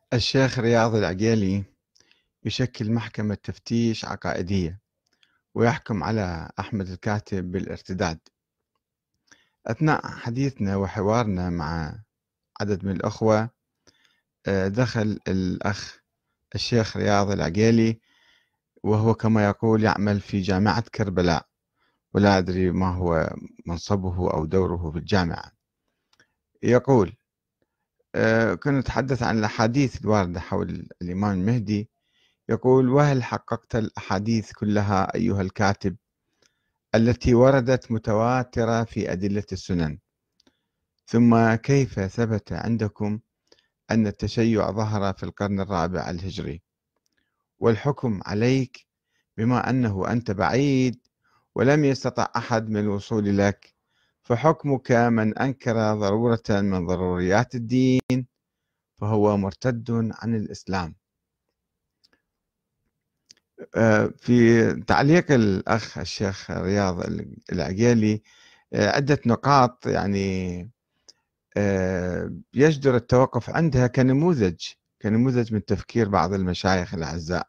الشيخ رياض العقيلي يشكل محكمة تفتيش عقائدية ويحكم على أحمد الكاتب بالارتداد. أثناء حديثنا وحوارنا مع عدد من الأخوة دخل الأخ الشيخ رياض العقيلي، وهو كما يقول يعمل في جامعة كربلاء، ولا أدري ما هو منصبه أو دوره في الجامعة. يقول كنا نتحدث عن الأحاديث الواردة حول الإمام المهدي. يقول: وهل حققت الأحاديث كلها أيها الكاتب التي وردت متواترة في أدلة السنن؟ ثم كيف ثبت عندكم أن التشيع ظهر في القرن الرابع الهجري؟ والحكم عليك بما أنه أنت بعيد ولم يستطع أحد من الوصول لك، فحكمك من أنكر ضرورة من ضروريات الدين فهو مرتد عن الإسلام. في تعليق الأخ الشيخ رياض العقيلي عدة نقاط يعني يجدر التوقف عندها كنموذج من تفكير بعض المشايخ الأعزاء.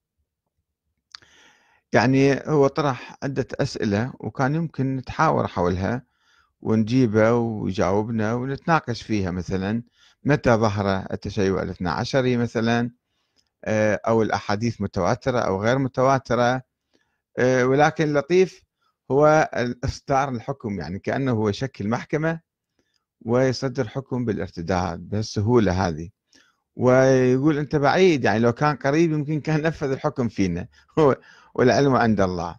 يعني هو طرح عدة أسئلة وكان يمكن نتحاور حولها ونجيبه ويجاوبنا ونتناقش فيها. مثلا متى ظهر التشيع الاثنى عشري مثلا، أو الأحاديث متواترة أو غير متواترة. ولكن اللطيف هو إصدار الحكم، يعني كأنه هو يشكل محكمة ويصدر حكم بالارتداد بهالسهولة هذه، ويقول أنت بعيد، يعني لو كان قريب يمكن كان نفذ الحكم فينا هو والعلم عند الله.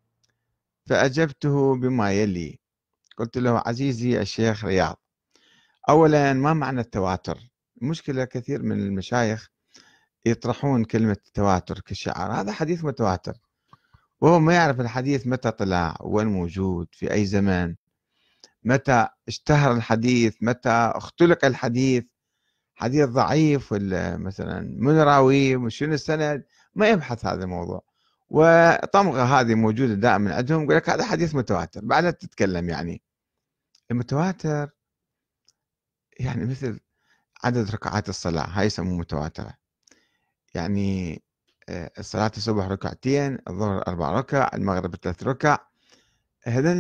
فأجبته بما يلي: قلت له: عزيزي الشيخ رياض، أولا ما معنى التواتر؟ المشكلة كثير من المشايخ يطرحون كلمة التواتر كالشعار، هذا حديث متواتر، وهو ما يعرف الحديث متى طلع، وين موجود، في أي زمن، متى اشتهر الحديث، متى اختلق الحديث، حديث ضعيف ولا مثلا من راويه وشنو السند. ما يبحث هذا الموضوع، وطمغة هذه موجودة دائما عندهم، يقول لك هذا حديث متواتر بعدها تتكلم. يعني المتواتر يعني مثل عدد ركعات الصلاة، هاي يسموه متواترة. يعني الصلاة الصبح ركعتين، الظهر 4 ركع، المغرب 3 ركع. هذين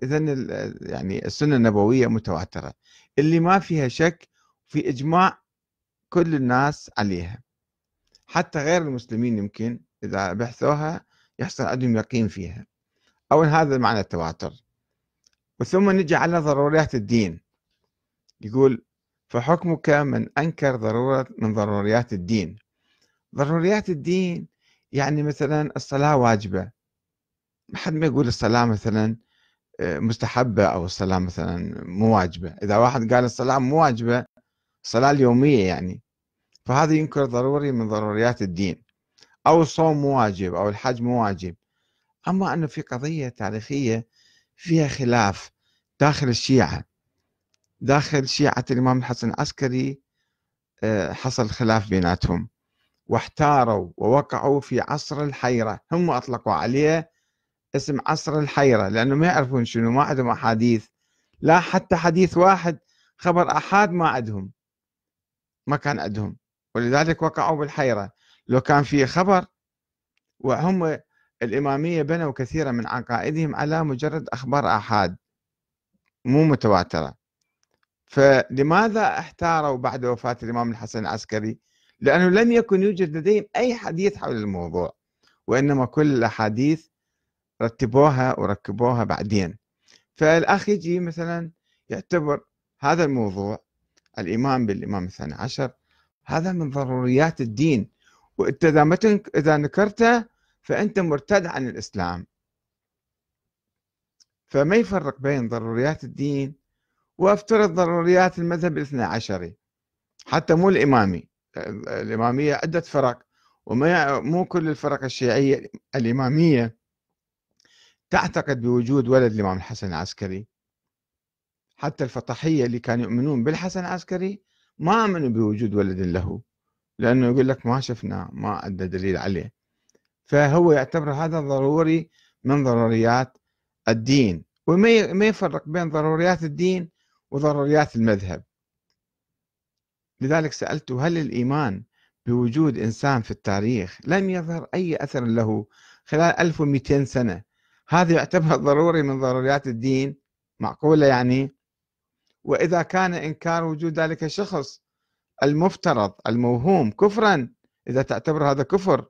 يعني السنة النبوية متواترة اللي ما فيها شك، في إجماع كل الناس عليها، حتى غير المسلمين يمكن إذا بحثوها يحصل عندهم يقين فيها. أول هذا معنى التواتر. وثم نجي على ضروريات الدين. يقول: فحكمك من أنكر ضرورة من ضروريات الدين. ضروريات الدين يعني مثلا الصلاة واجبة، ما حد ما يقول الصلاة مثلا مستحبة أو الصلاة مثلا مو واجبة. إذا واحد قال الصلاة مو واجبة، الصلاة اليومية يعني، فهذا ينكر ضروري من ضروريات الدين. أو الصوم مو واجب أو الحج مو واجب. أما أنه في قضية تاريخية فيها خلاف داخل الشيعة، داخل شيعة الإمام الحسن العسكري، حصل خلاف بيناتهم واحتاروا ووقعوا في عصر الحيرة. هم أطلقوا عليه اسم عصر الحيرة لأنه ما يعرفون شنو، ما عندهم أحاديث، لا حتى حديث واحد خبر أحاد ما عندهم، ما كان عندهم، ولذلك وقعوا بالحيرة. لو كان في خبر، وهم الإمامية بنوا كثيرا من عقائدهم على مجرد أخبار آحاد مو متواترة. فلماذا احتاروا بعد وفاة الإمام الحسن العسكري؟ لأنه لم يكن يوجد لديهم أي حديث حول الموضوع، وإنما كل الأحاديث رتبوها وركبوها بعدين. فالأخ يجي مثلا يعتبر هذا الموضوع، الإيمان بالإمام الثاني عشر، هذا من ضروريات الدين، وأنت إذا نكرته فأنت مرتد عن الإسلام. فما يفرق بين ضروريات الدين وافترض ضروريات المذهب الاثنى عشري، حتى مو الإمامي. الإمامية عدة فرق، وما مو كل الفرق الشيعية الإمامية تعتقد بوجود ولد الإمام الحسن العسكري. حتى الفطحية اللي كانوا يؤمنون بالحسن العسكري ما آمنوا بوجود ولد له، لأنه يقول لك ما شفنا، ما عندنا دليل عليه. فهو يعتبر هذا ضروري من ضروريات الدين، وما يفرق بين ضروريات الدين وضروريات المذهب. لذلك سألت: هل الإيمان بوجود إنسان في التاريخ لم يظهر أي أثر له خلال 1200 سنة، هذا يعتبر ضروري من ضروريات الدين؟ معقولة يعني؟ وإذا كان إنكار وجود ذلك الشخص المفترض الموهوم كفرا، إذا تعتبر هذا كفر،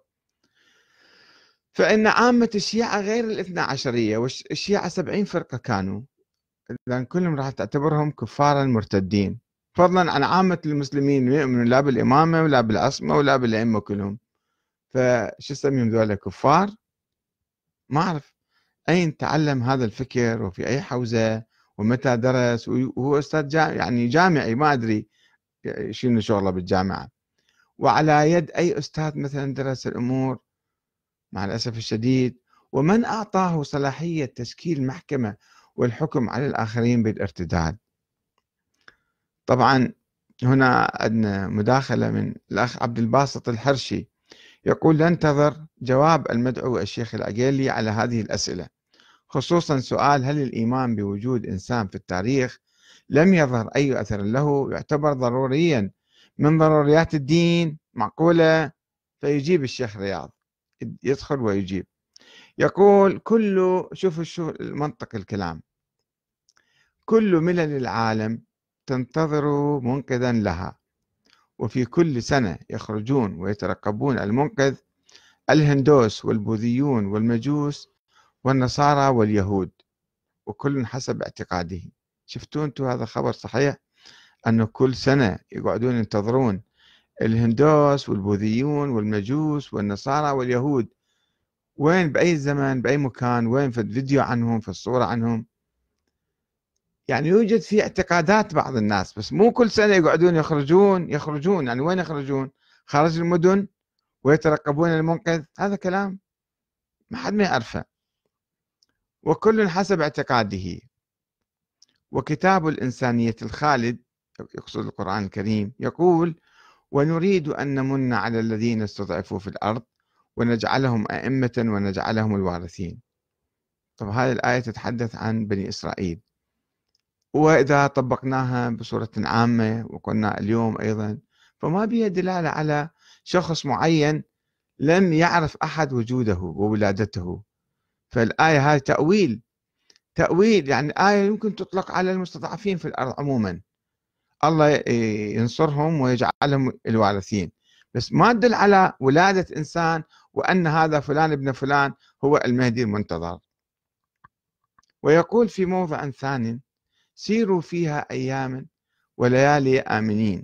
فإن عامة الشيعة غير الاثنى عشرية، والشيعة 70 فرقة كانوا، لأن كلهم راح تعتبرهم كفارا مرتدين، فضلا عن عامة المسلمين يؤمنون لا بالإمامة ولا بالعصمة ولا بالأئمة كلهم. فشو اسميهم ذولا كفار؟ ما أعرف أين تعلم هذا الفكر وفي أي حوزة ومتى درس، وهو أستاذ يعني جامعي، ما أدري شنو شغله بالجامعة، وعلى يد أي أستاذ مثلا درس الأمور، مع الأسف الشديد. ومن أعطاه صلاحية تشكيل محكمة والحكم على الآخرين بالارتداد؟ طبعا هنا عندنا مداخلة من الأخ عبد الباسط الحرشي، يقول: ننتظر جواب المدعو الشيخ العقيلي على هذه الأسئلة، خصوصا سؤال: هل الإيمان بوجود إنسان في التاريخ لم يظهر أي أثر له يعتبر ضروريا من ضروريات الدين؟ معقولة؟ فيجيب الشيخ رياض، يدخل ويجيب، يقول: شوفوا شو المنطق الكلام، كل ملل العالم تنتظر منقذا لها، وفي كل سنة يخرجون ويترقبون المنقذ، الهندوس والبوذيون والمجوس والنصارى واليهود، وكل حسب اعتقاده. شفتوا انتم هذا خبر صحيح؟ أنه كل سنة يقعدون ينتظرون الهندوس والبوذيون والمجوس والنصارى واليهود، وين؟ بأي زمن، بأي مكان، وين؟ في الفيديو عنهم، في الصورة عنهم. يعني يوجد في اعتقادات بعض الناس، بس مو كل سنة يقعدون يخرجون. يعني وين يخرجون؟ خارج المدن ويترقبون المنقذ؟ هذا كلام ما حد ما يعرفه. وكل حسب اعتقاده. وكتاب الإنسانية الخالد، يقصد القرآن الكريم، يقول: ونريد أن نمن على الذين استضعفوا في الأرض ونجعلهم أئمة ونجعلهم الوارثين. طب هذه الآية تتحدث عن بني إسرائيل، وإذا طبقناها بصورة عامة وقلنا اليوم أيضا، فما بها دلالة على شخص معين لم يعرف أحد وجوده وولادته. فالآية هذه تأويل، يعني آية يمكن تطلق على المستضعفين في الأرض عموما، الله ينصرهم ويجعلهم الوارثين، بس ما تدل على ولادة إنسان وأن هذا فلان ابن فلان هو المهدي المنتظر. ويقول في موضع ثاني: سيروا فيها أياما وليالي آمنين.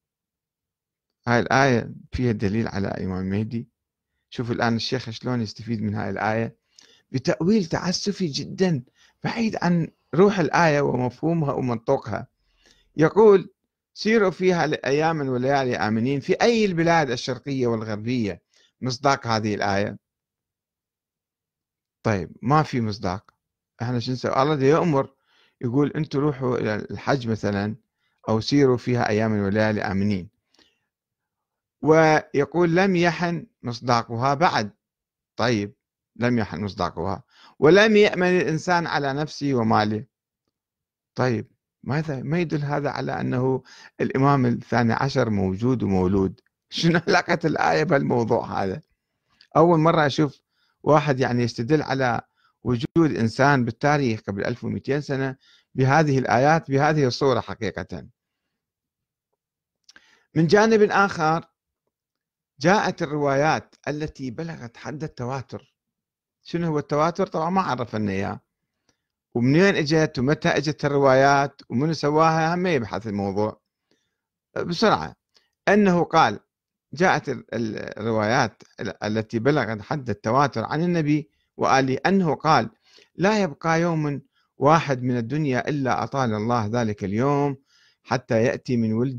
هاي الآية فيها دليل على الإمام المهدي. شوف الآن الشيخ شلون يستفيد من هاي الآية بتأويل تعسفي جدا بعيد عن روح الآية ومفهومها ومنطوقها. يقول: سيروا فيها أياما وليالي آمنين، في أي البلاد الشرقية والغربية مصداق هذه الآية؟ طيب ما في مصداق، احنا شو نسوي؟ الله يأمر يقول أنتم روحوا إلى الحج مثلا، أو سيروا فيها أياما وليالي آمنين، ويقول لم يحن مصداقها بعد. طيب لم يحن مصداقها، ولم يأمن الإنسان على نفسه وماله. طيب ماذا ما يدل هذا على أنه الإمام الثاني عشر موجود ومولود؟ شنو علاقة الآية بهالموضوع هذا؟ أول مرة أشوف واحد يعني يستدل على وجود إنسان بالتاريخ قبل 1200 سنة بهذه الآيات بهذه الصورة حقيقة. من جانب آخر، جاءت الروايات التي بلغت حد التواتر. شنو هو التواتر؟ طبعا ما عرفنا إياه، ومنين اجت ومتى اجت الروايات ومن سواها، هم ما يبحث الموضوع بسرعة. أنه قال: جاءت الروايات التي بلغت حد التواتر عن النبي وآله أنه قال: لا يبقى يوم واحد من الدنيا إلا أطال الله ذلك اليوم حتى يأتي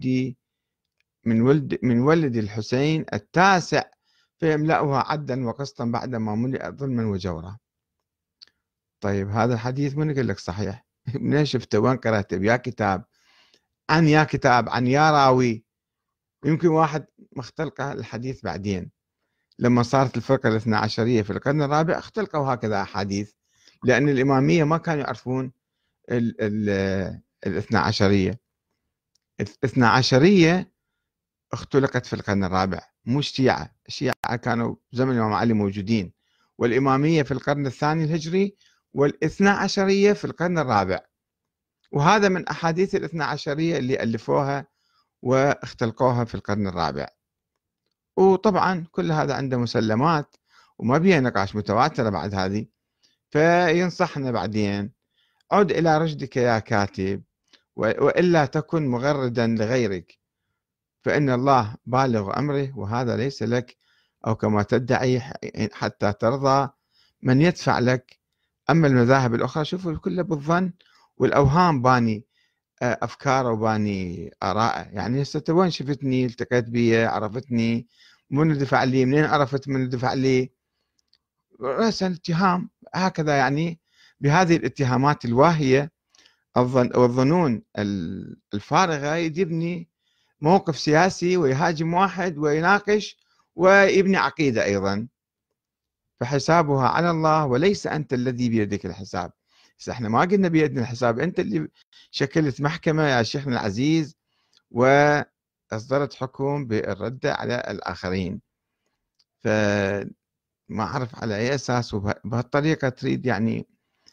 من ولد الحسين التاسع فيملأها عدا وقسطا بعدما ملئ ظلما وجورا. طيب هذا الحديث من يقول لك صحيح؟ منين شفته؟ وين قرأته؟ يا كتاب عن يا راوي. يمكن واحد مختلقة الحديث بعدين لما صارت الفرقة الاثنى عشرية في القرن الرابع، اختلقوا هكذا أحاديث، لأن الإمامية ما كانوا يعرفون الاثنى عشرية. الاثنى عشرية اختلقت في القرن الرابع، مو الشيعة. الشيعة كانوا زمن الإمام علي موجودين، والإمامية في القرن الثاني الهجري، والاثنا عشرية في القرن الرابع. وهذا من أحاديث الاثنا عشرية اللي ألفوها واختلقوها في القرن الرابع. وطبعا كل هذا عنده مسلمات وما بيها نقاش، متواترة بعد هذه. فينصحنا بعدين: عد إلى رشدك يا كاتب، وإلا تكن مغردا لغيرك، فإن الله بالغ أمره وهذا ليس لك، أو كما تدعي حتى ترضى من يدفع لك. أما المذاهب الأخرى شوفوا كلها بالظن والأوهام باني أفكاره وباني آراءه. يعني هسه وين شفتني، التقيت بي، عرفتني، من دفع لي، منين عرفت من دفع لي؟ رأسا اتهام هكذا يعني. بهذه الاتهامات الواهية والظنون الفارغة يبني موقف سياسي ويهاجم واحد ويناقش ويبني عقيدة أيضا. فحسابها على الله وليس أنت الذي بيدك الحساب. احنا ما قلنا بيدنا الحساب، أنت اللي شكلت محكمة يا شيخنا العزيز وأصدرت حكم بالرد على الآخرين. فما أعرف على أي أساس وبهالطريقة تريد يعني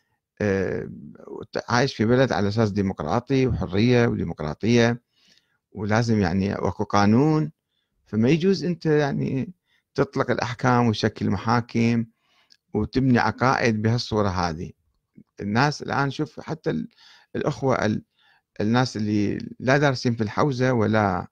عايش في بلد على أساس ديمقراطي وحرية وديمقراطية، ولازم يعني اكو قانون. فما يجوز انت يعني تطلق الاحكام وتشكل محاكم وتبني عقائد بهالصوره هذه. الناس الان شوف، حتى الاخوه الناس اللي لا دارسين في الحوزه ولا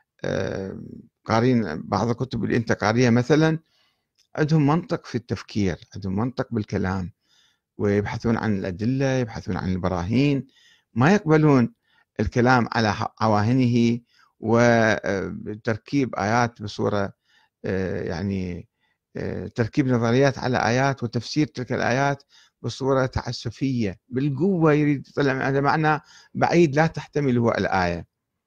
قارين بعض الكتب اللي انت قاريها مثلا، عندهم منطق في التفكير، عندهم منطق بالكلام، ويبحثون عن الادله، يبحثون عن البراهين، ما يقبلون الكلام على عواهنه وتركيب آيات بصورة يعني تركيب نظريات على آيات وتفسير تلك الآيات بصورة تعسفية بالقوة، يريد يطلع من هذا معنى بعيد لا تحتمله الآية.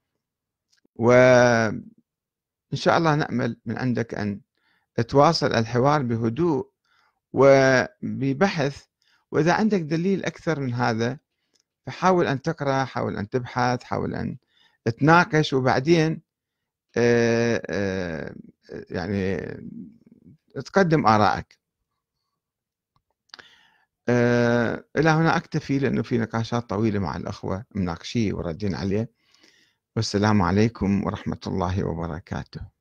وإن شاء الله نأمل من عندك أن تواصل الحوار بهدوء وببحث، وإذا عندك دليل أكثر من هذا فحاول أن تقرأ، حاول أن تبحث، حاول أن تناقش، وبعدين يعني تقدم آرائك. إلى هنا أكتفي، لأنه في نقاشات طويلة مع الأخوة مناقشيه وردين عليه. والسلام عليكم ورحمة الله وبركاته.